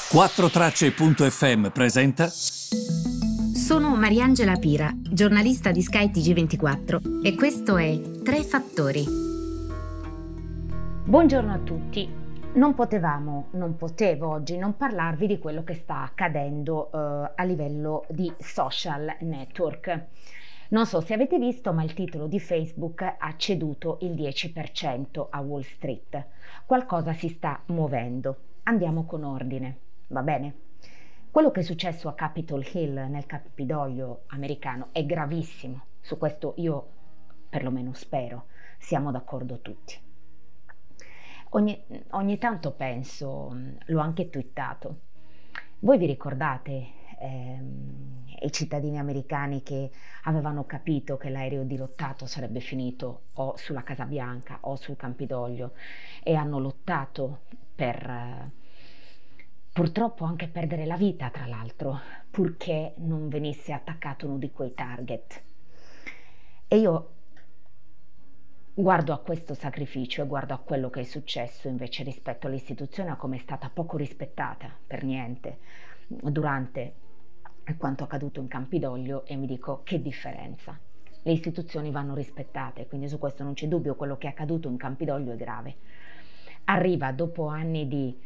4Tracce.fm presenta. Sono Mariangela Pira, giornalista di Sky TG24 e questo è Tre Fattori. Buongiorno a tutti. Non potevo oggi non parlarvi di quello che sta accadendo a livello di social network. Non so se avete visto, ma il titolo di Facebook ha ceduto il 10% a Wall Street. Qualcosa si sta muovendo. Andiamo con ordine, va bene? Quello che è successo a Capitol Hill, nel Campidoglio americano, è gravissimo. Su questo io, perlomeno spero, siamo d'accordo tutti. Ogni tanto penso, l'ho anche twittato, voi vi ricordate i cittadini americani che avevano capito che l'aereo dirottato sarebbe finito o sulla Casa Bianca o sul Campidoglio e hanno lottato per purtroppo anche perdere la vita, tra l'altro, purché non venisse attaccato uno di quei target. E io guardo a questo sacrificio e guardo a quello che è successo invece rispetto all'istituzione, a come è stata poco rispettata per niente durante quanto accaduto in Campidoglio, e mi dico: che differenza. Le istituzioni vanno rispettate, quindi su questo non c'è dubbio. Quello che è accaduto in Campidoglio è grave. Arriva dopo anni di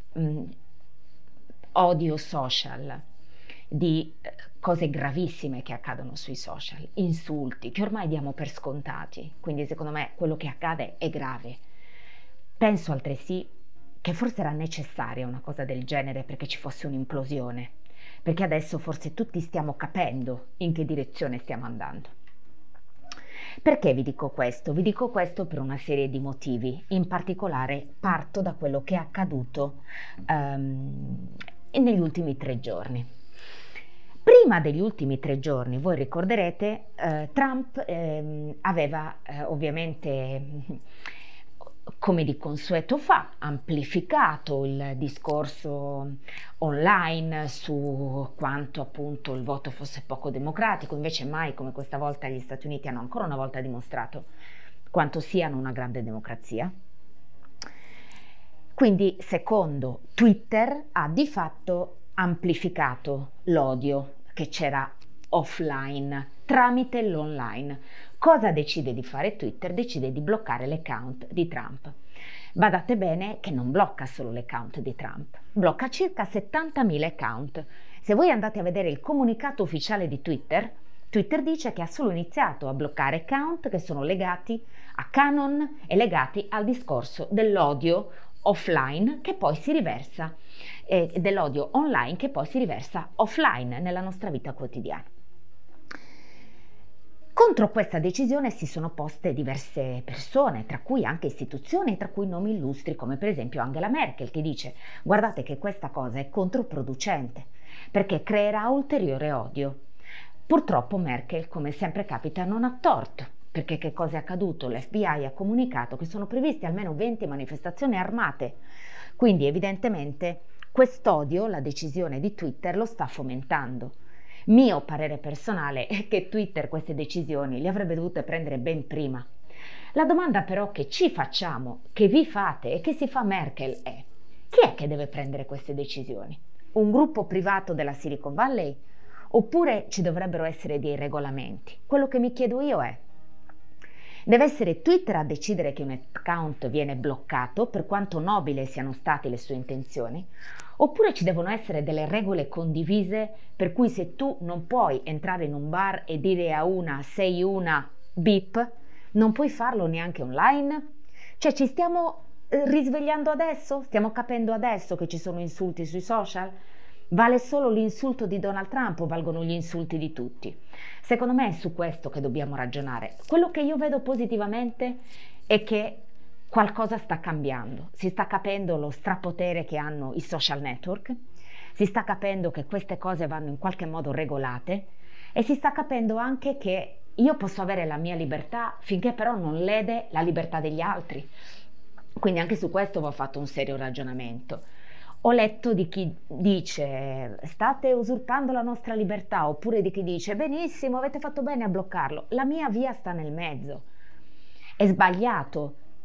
odio social, di cose gravissime che accadono sui social, insulti che ormai diamo per scontati, quindi secondo me quello che accade è grave. Penso altresì che forse era necessaria una cosa del genere perché ci fosse un'implosione, perché adesso forse tutti stiamo capendo in che direzione stiamo andando. Perché vi dico questo? Vi dico questo per una serie di motivi. In particolare parto da quello che è accaduto negli ultimi 3 giorni. Prima degli ultimi 3 giorni, voi ricorderete, Trump aveva ovviamente, come di consueto fa, amplificato il discorso online su quanto appunto il voto fosse poco democratico. Invece mai come questa volta gli Stati Uniti hanno ancora una volta dimostrato quanto siano una grande democrazia. Quindi, secondo Twitter, ha di fatto amplificato l'odio che c'era offline tramite l'online. Cosa decide di fare Twitter? Decide di bloccare l'account di Trump. Badate bene che non blocca solo l'account di Trump, blocca circa 70.000 account. Se voi andate a vedere il comunicato ufficiale di Twitter, Twitter dice che ha solo iniziato a bloccare account che sono legati a Canon e legati al discorso dell'odio offline che poi si riversa, dell'odio online che poi si riversa offline nella nostra vita quotidiana. Contro questa decisione si sono poste diverse persone, tra cui anche istituzioni, tra cui nomi illustri come per esempio Angela Merkel, che dice: guardate che questa cosa è controproducente perché creerà ulteriore odio. Purtroppo Merkel, come sempre capita, non ha torto, perché che cosa è accaduto? L'FBI ha comunicato che sono previste almeno 20 manifestazioni armate, quindi evidentemente quest'odio la decisione di Twitter lo sta fomentando. Mio parere personale è che Twitter queste decisioni le avrebbe dovute prendere ben prima. La domanda però che ci facciamo, che vi fate e che si fa Merkel è: chi è che deve prendere queste decisioni? Un gruppo privato della Silicon Valley? Oppure ci dovrebbero essere dei regolamenti? Quello che mi chiedo io è: deve essere Twitter a decidere che un account viene bloccato, per quanto nobili siano state le sue intenzioni? Oppure ci devono essere delle regole condivise per cui se tu non puoi entrare in un bar e dire a una sei una beep, non puoi farlo neanche online? Cioè, ci stiamo risvegliando adesso? Stiamo capendo adesso che ci sono insulti sui social? Vale solo l'insulto di Donald Trump o valgono gli insulti di tutti? Secondo me è su questo che dobbiamo ragionare. Quello che io vedo positivamente è che qualcosa sta cambiando, si sta capendo lo strapotere che hanno i social network, si sta capendo che queste cose vanno in qualche modo regolate e si sta capendo anche che io posso avere la mia libertà finché però non lede la libertà degli altri. Quindi anche su questo va fatto un serio ragionamento. Ho letto di chi dice state usurpando la nostra libertà, oppure di chi dice benissimo, avete fatto bene a bloccarlo. La mia via sta nel mezzo. È sbagliato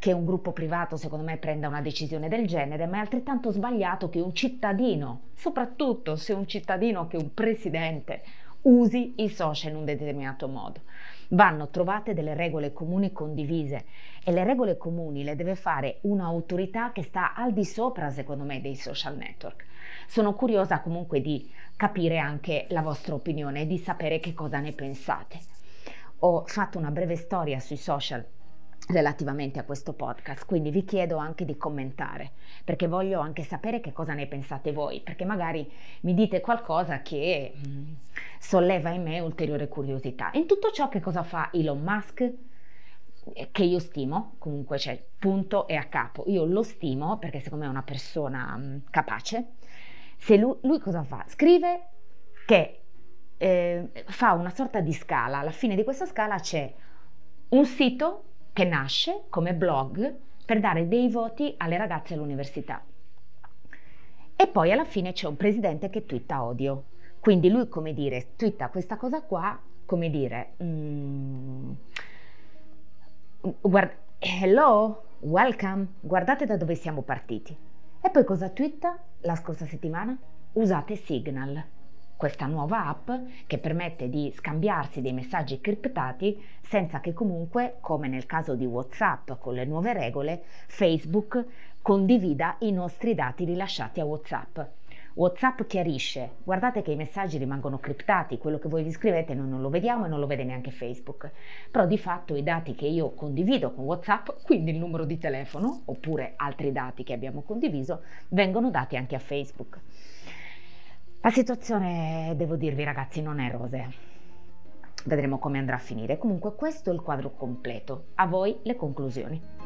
che un gruppo privato, secondo me, prenda una decisione del genere, ma è altrettanto sbagliato che un cittadino, soprattutto se un cittadino che un presidente usi i social in un determinato modo. Vanno trovate delle regole comuni condivise e le regole comuni le deve fare un'autorità che sta al di sopra, secondo me, dei social network. Sono curiosa comunque di capire anche la vostra opinione e di sapere che cosa ne pensate. Ho fatto una breve storia sui social relativamente a questo podcast, quindi vi chiedo anche di commentare, perché voglio anche sapere che cosa ne pensate voi, perché magari mi dite qualcosa che solleva in me ulteriore curiosità. In tutto ciò, che cosa fa Elon Musk? Che io stimo, comunque c'è punto e a capo, io lo stimo perché secondo me è una persona capace. Se lui cosa fa? Scrive che fa una sorta di scala, alla fine di questa scala c'è un sito che nasce come blog per dare dei voti alle ragazze all'università. E poi alla fine c'è un presidente che twitta odio. Quindi lui, come dire, twitta questa cosa qua, come dire, hello, welcome, guardate da dove siamo partiti. E poi cosa twitta la scorsa settimana? Usate Signal, questa nuova app che permette di scambiarsi dei messaggi criptati senza che comunque, come nel caso di WhatsApp con le nuove regole, Facebook condivida i nostri dati rilasciati a WhatsApp. WhatsApp chiarisce: guardate che i messaggi rimangono criptati, quello che voi vi scrivete noi non lo vediamo e non lo vede neanche Facebook, però di fatto i dati che io condivido con WhatsApp, quindi il numero di telefono oppure altri dati che abbiamo condiviso, vengono dati anche a Facebook. La situazione, devo dirvi ragazzi, non è rosea. Vedremo come andrà a finire. Comunque questo è il quadro completo. A voi le conclusioni.